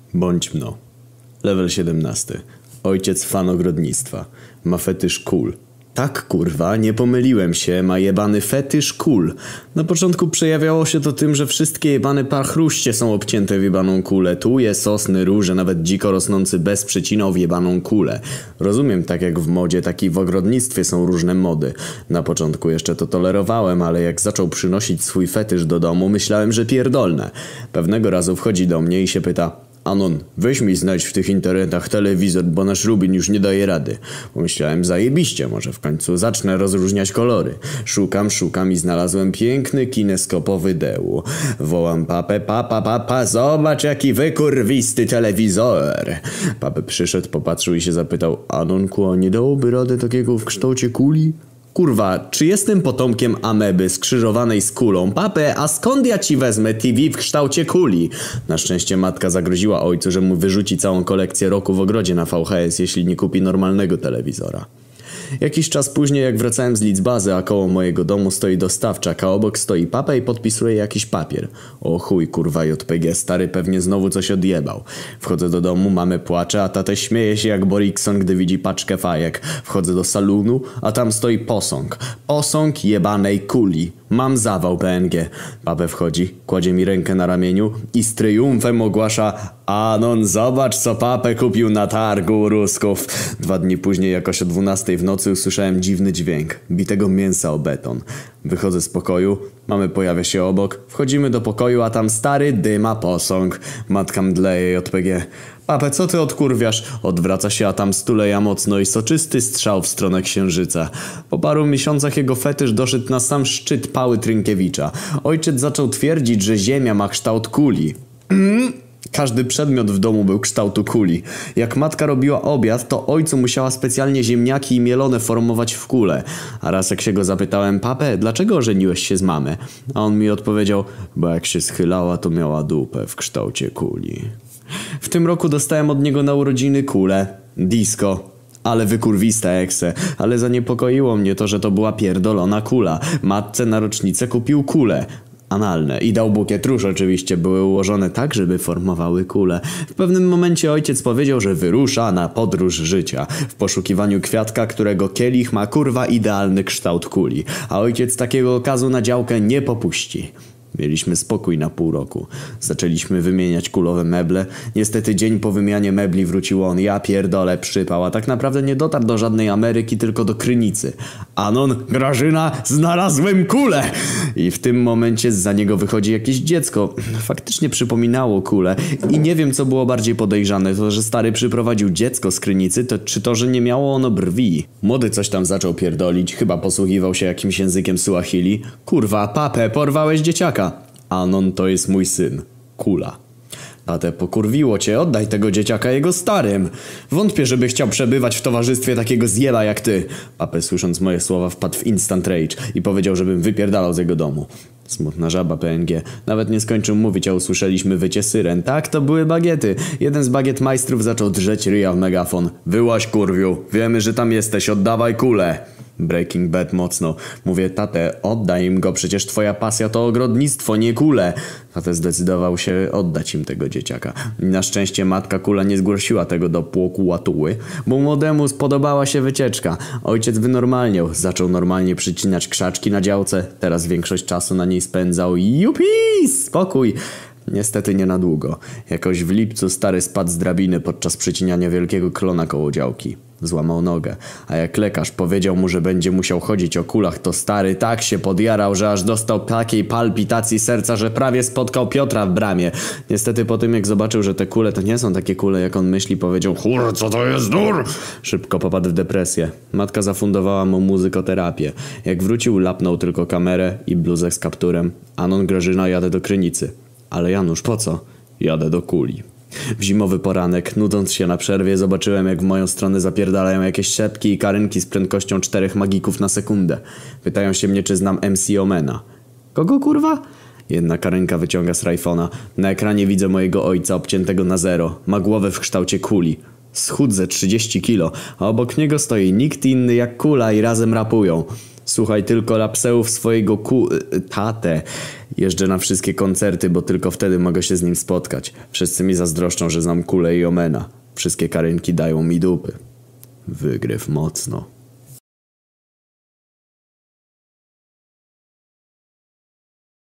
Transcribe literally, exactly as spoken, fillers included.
Bądź mno. Level siedemnasty. Ojciec fan ogrodnictwa. Ma fetysz kul. Tak kurwa, nie pomyliłem się, ma jebany fetysz kul. Na początku przejawiało się to tym, że wszystkie jebane parchruście są obcięte w jebaną kulę. Tuje, sosny, róże, nawet dziko rosnący bez przecinał w jebaną kulę. Rozumiem, tak jak w modzie, tak i w ogrodnictwie są różne mody. Na początku jeszcze to tolerowałem, ale jak zaczął przynosić swój fetysz do domu, myślałem, że pierdolne. Pewnego razu wchodzi do mnie i się pyta: Anon, weź mi znajdź w tych internetach telewizor, bo nasz Rubin już nie daje rady. Pomyślałem, zajebiście, może w końcu zacznę rozróżniać kolory. Szukam, szukam i znalazłem piękny kineskopowy deł. Wołam papę: papa, papa, zobacz jaki wykurwisty telewizor. Papę przyszedł, popatrzył i się zapytał: Anonku, a nie dałoby rady takiego w kształcie kuli? Kurwa, czy jestem potomkiem ameby skrzyżowanej z kulą? Papę, a skąd ja ci wezmę T V w kształcie kuli? Na szczęście matka zagroziła ojcu, że mu wyrzuci całą kolekcję roku w ogrodzie na V H S, jeśli nie kupi normalnego telewizora. Jakiś czas później, jak wracałem z Lidzbazy, a koło mojego domu stoi dostawczak, a obok stoi papa i podpisuje jakiś papier. O chuj, kurwa, J P G, stary pewnie znowu coś odjebał. Wchodzę do domu, mamy płacze, a tatę śmieje się jak Borikson, gdy widzi paczkę fajek. Wchodzę do salonu, a tam stoi posąg. Posąg jebanej kuli. Mam zawał P N G. Papę wchodzi, kładzie mi rękę na ramieniu i z triumfem ogłasza: Anon, zobacz co papę kupił na targu u Rusków. Dwa dni później jakoś o dwunastej w nocy usłyszałem dziwny dźwięk bitego mięsa o beton. Wychodzę z pokoju, mamy pojawia się obok, wchodzimy do pokoju, a tam stary dyma posąg. Matka mdleje J P G. Papę, co ty odkurwiasz? Odwraca się, a tam stuleja mocno i soczysty strzał w stronę księżyca. Po paru miesiącach jego fetysz doszedł na sam szczyt pały Trynkiewicza. Ojciec zaczął twierdzić, że ziemia ma kształt kuli. Mm. Każdy przedmiot w domu był kształtu kuli. Jak matka robiła obiad, to ojcu musiała specjalnie ziemniaki i mielone formować w kulę. A raz jak się go zapytałem: papę, dlaczego ożeniłeś się z mamę? A on mi odpowiedział: bo jak się schylała, to miała dupę w kształcie kuli. W tym roku dostałem od niego na urodziny kulę. Disco. Ale wykurwista ekse. Ale zaniepokoiło mnie to, że to była pierdolona kula. Matce na rocznicę kupił kulę. Analne. I dał bukiet róż oczywiście. Były ułożone tak, żeby formowały kulę. W pewnym momencie ojciec powiedział, że wyrusza na podróż życia. W poszukiwaniu kwiatka, którego kielich ma kurwa idealny kształt kuli. A ojciec takiego okazu na działkę nie popuści. Mieliśmy spokój na pół roku. Zaczęliśmy wymieniać kulowe meble. Niestety dzień po wymianie mebli wrócił on. Ja pierdolę, przypał. A tak naprawdę nie dotarł do żadnej Ameryki, tylko do Krynicy. Anon, Grażyna, znalazłem kulę! I w tym momencie zza niego wychodzi jakieś dziecko. Faktycznie przypominało kulę. I nie wiem, co było bardziej podejrzane. To, że stary przyprowadził dziecko z Krynicy, to czy to, że nie miało ono brwi. Młody coś tam zaczął pierdolić. Chyba posługiwał się jakimś językiem Suahili. Kurwa, papę, porwałeś dzieciaka. Anon, to jest mój syn. Kula. Tatę, pokurwiło cię, oddaj tego dzieciaka jego starym. Wątpię, żeby chciał przebywać w towarzystwie takiego zjeba jak ty. Papę, słysząc moje słowa, wpadł w instant rage i powiedział, żebym wypierdalał z jego domu. Smutna żaba P N G. Nawet nie skończył mówić, a usłyszeliśmy wycie syren. Tak, to były bagiety. Jeden z bagiet majstrów zaczął drzeć ryja w megafon. Wyłaź, kurwiu. Wiemy, że tam jesteś. Oddawaj kulę. Breaking Bad mocno. Mówię: tatę, oddaj im go, przecież twoja pasja to ogrodnictwo, nie kule. Tatę zdecydował się oddać im tego dzieciaka. Na szczęście matka kula nie zgłosiła tego do płoku łatuły, bo młodemu spodobała się wycieczka. Ojciec wynormalniał, zaczął normalnie przycinać krzaczki na działce. Teraz większość czasu na niej spędzał. Jupi! Spokój! Niestety nie na długo. Jakoś w lipcu stary spadł z drabiny podczas przycinania wielkiego klona koło działki. Złamał nogę, a jak lekarz powiedział mu, że będzie musiał chodzić o kulach, to stary tak się podjarał, że aż dostał takiej palpitacji serca, że prawie spotkał Piotra w bramie. Niestety po tym, jak zobaczył, że te kule to nie są takie kule, jak on myśli, powiedział: chór, co to jest dur? Szybko popadł w depresję. Matka zafundowała mu muzykoterapię. Jak wrócił, lapnął tylko kamerę i bluzę z kapturem. Anon, Grażyna, jadę do Krynicy. Ale Janusz, po co? Jadę do kuli. W zimowy poranek, nudząc się na przerwie, zobaczyłem, jak w moją stronę zapierdalają jakieś szepki i karynki z prędkością czterech magików na sekundę. Pytają się mnie, czy znam M C Omena. Kogo, kurwa? Jedna karynka wyciąga z rajfona. Na ekranie widzę mojego ojca obciętego na zero. Ma głowę w kształcie kuli. Schudze trzydzieści kilo, a obok niego stoi nikt inny jak kula i razem rapują. Słuchaj tylko lapseów swojego ku... tatę. Jeżdżę na wszystkie koncerty, bo tylko wtedy mogę się z nim spotkać. Wszyscy mi zazdroszczą, że znam Kulę i Omena. Wszystkie Karynki dają mi dupy. Wygryw mocno.